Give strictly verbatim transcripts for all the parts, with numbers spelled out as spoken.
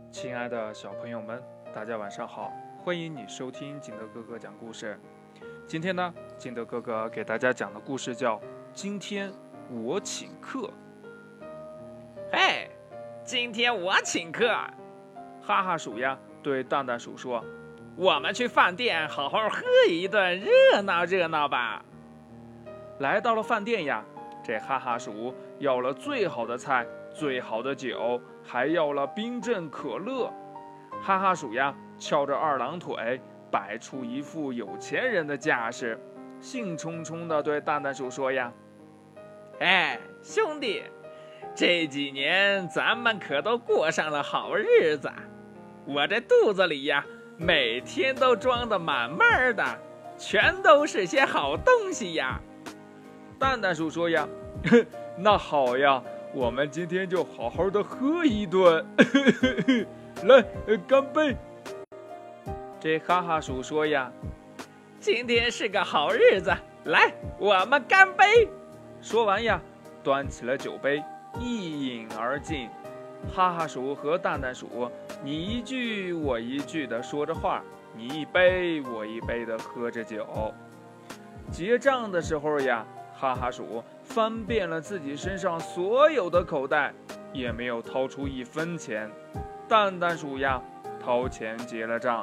亲爱的小朋友们，大家晚上好！欢迎你收听金德哥哥讲故事。今天呢，金德哥哥给大家讲的故事叫《今天我请客》。 嘿，今天我请客！ 哈哈鼠呀对蛋蛋鼠说：“ 我们去饭店好好喝一顿，热闹热闹吧。” 来到了饭店呀，这哈哈鼠要了最好的菜、最好的酒，还要了冰镇可乐。哈哈鼠呀翘着二郎腿，摆出一副有钱人的架势，兴冲冲地对蛋蛋鼠说呀：“ 哎，兄弟，这几年咱们可都过上了好日子，我这肚子里呀每天都装得满满的，全都是些好东西呀。” 蛋蛋鼠说呀：“那好呀，我们今天就好好的喝一顿，来，干杯！”这哈哈鼠说呀：“ 今天是个好日子，来，我们干杯！” 说完呀，端起了酒杯，一饮而尽。哈哈鼠和蛋蛋鼠，你一句我一句的说着话，你一杯我一杯的喝着酒。结账的时候呀，哈哈鼠翻遍了自己身上所有的口袋，也没有掏出一分钱。蛋蛋鼠呀，掏钱结了账。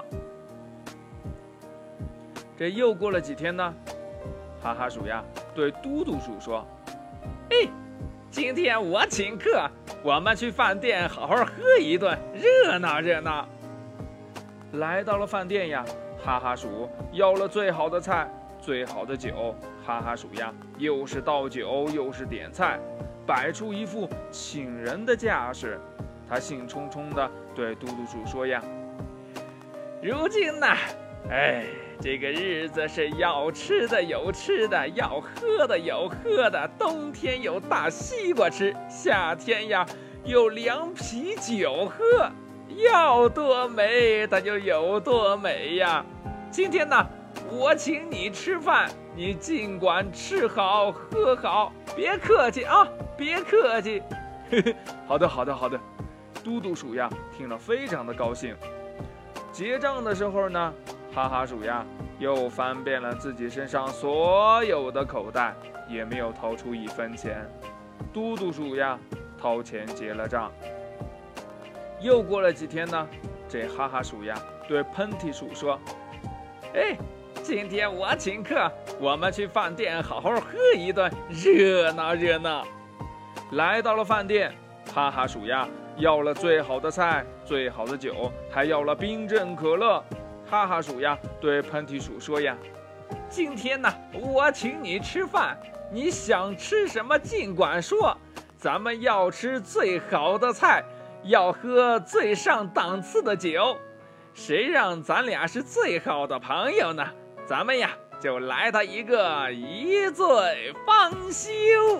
这又过了几天呢，哈哈鼠呀对嘟嘟鼠说：“ 哎，今天我请客，我们去饭店好好喝一顿，热闹热闹。” 来到了饭店呀，哈哈鼠要了最好的菜、最好的酒。哈哈鼠呀，又是倒酒又是点菜，摆出一副请人的架势。他兴冲冲地对嘟嘟鼠说呀：“ 如今呢，哎，这个日子是要吃的有吃的，要喝的有喝的。冬天有大西瓜吃，夏天呀有凉啤酒喝，要多美它就有多美呀。今天呢，我请你吃饭，你尽管吃好喝好，别客气啊，别客气。” 好的，好的，好的。嘟嘟鼠呀听了非常的高兴。结账的时候呢，哈哈鼠呀又翻遍了自己身上所有的口袋，也没有掏出一分钱。嘟嘟鼠呀掏钱结了账。又过了几天呢，这哈哈鼠呀对喷嚏鼠说：“ 哎，今天我请客，我们去饭店好好喝一顿，热闹热闹。” 来到了饭店，哈哈鼠呀要了最好的菜、最好的酒，还要了冰镇可乐。哈哈鼠呀对喷嚏鼠说呀：“ 今天呢，我请你吃饭，你想吃什么尽管说，咱们要吃最好的菜，要喝最上档次的酒。谁让咱俩是最好的朋友呢？咱们呀就来他一个一醉方休。”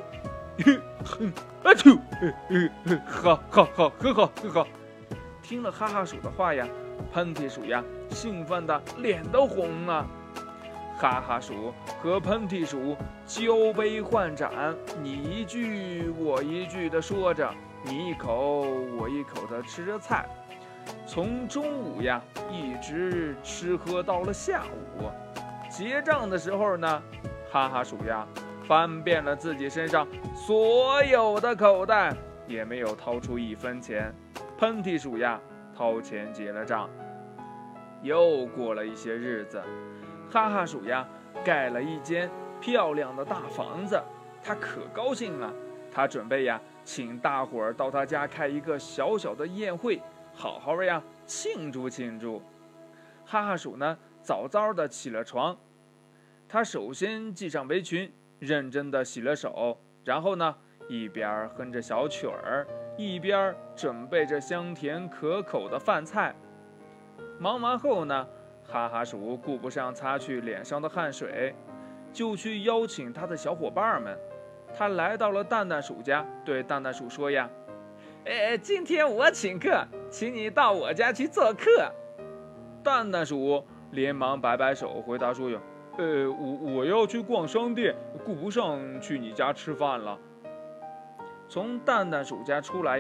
啊啾！好好好，很好很好。听了哈哈鼠的话呀，喷嚏鼠呀兴奋的脸都红了。哈哈鼠和喷嚏鼠交杯换盏，你一句我一句的说着，你一口我一口的吃着菜。从中午呀一直吃喝到了下午。结账的时候呢，哈哈鼠呀翻遍了自己身上所有的口袋，也没有掏出一分钱。喷嚏鼠呀掏钱结了账。又过了一些日子，哈哈鼠呀盖了一间漂亮的大房子，他可高兴了。他准备呀请大伙儿到他家开一个小小的宴会，好好呀庆祝庆祝。哈哈鼠呢早早的起了床，他首先系上围裙，认真的洗了手，然后呢一边哼着小曲儿，一边准备着香甜可口的饭菜。忙完后呢，哈哈鼠顾不上擦去脸上的汗水，就去邀请他的小伙伴们。他来到了蛋蛋鼠家，对蛋蛋鼠说呀：“ 哎，今天我请客，请你到我家去做客。” 蛋蛋鼠连忙摆摆手回答说呀：“呃，我我要去逛商店，顾不上去你家吃饭了。”从蛋蛋鼠家出来呀，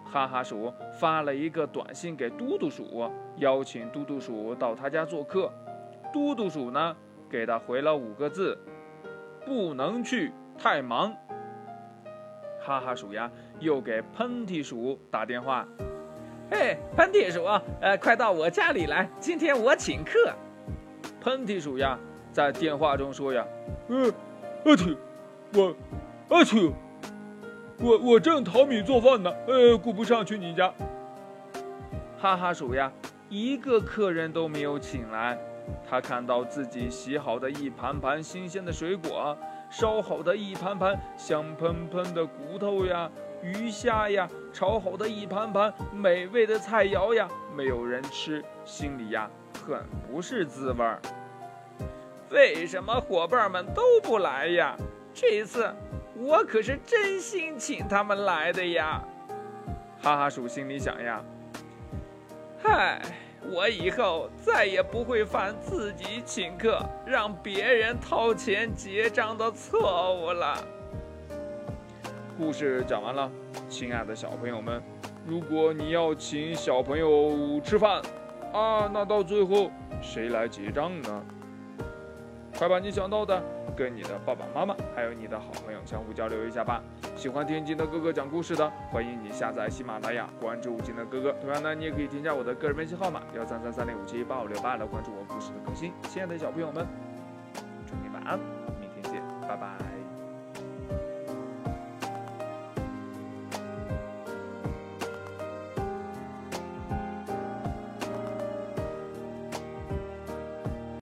哈哈鼠发了一个短信给嘟嘟鼠，邀请嘟嘟鼠到他家做客。嘟嘟鼠呢，给他回了五个字：不能去，太忙。哈哈鼠呀，又给喷嚏鼠打电话： 嘿，喷嚏鼠，呃，快到我家里来，今天我请客。 喷嚏鼠呀，在电话中说呀：呃，阿嚏，我，阿嚏，我我正淘米做饭呢，呃，顾不上去你家。哈哈鼠呀，一个客人都没有请来。他看到自己洗好的一盘盘新鲜的水果，烧好的一盘盘香喷喷的骨头呀、鱼虾呀，炒好的一盘盘美味的菜肴呀，没有人吃，心里呀很不是滋味儿。 为什么伙伴们都不来呀？这次我可是真心请他们来的呀！ 哈哈鼠心里想呀， 嗨，我以后再也不会犯自己请客让别人掏钱结账的错误了。 故事讲完了，亲爱的小朋友们，如果你要请小朋友吃饭啊，那到最后谁来结账呢？快把你想到的跟你的爸爸妈妈还有你的好朋友相互交流一下吧。喜欢听金德哥哥讲故事的，欢迎你下载喜马拉雅，关注金德哥哥。同样呢，你也可以添加我的个人微信号码幺三三三零五七八五六八来关注我故事的更新。亲爱的小朋友们，祝你晚安，明天见，拜拜。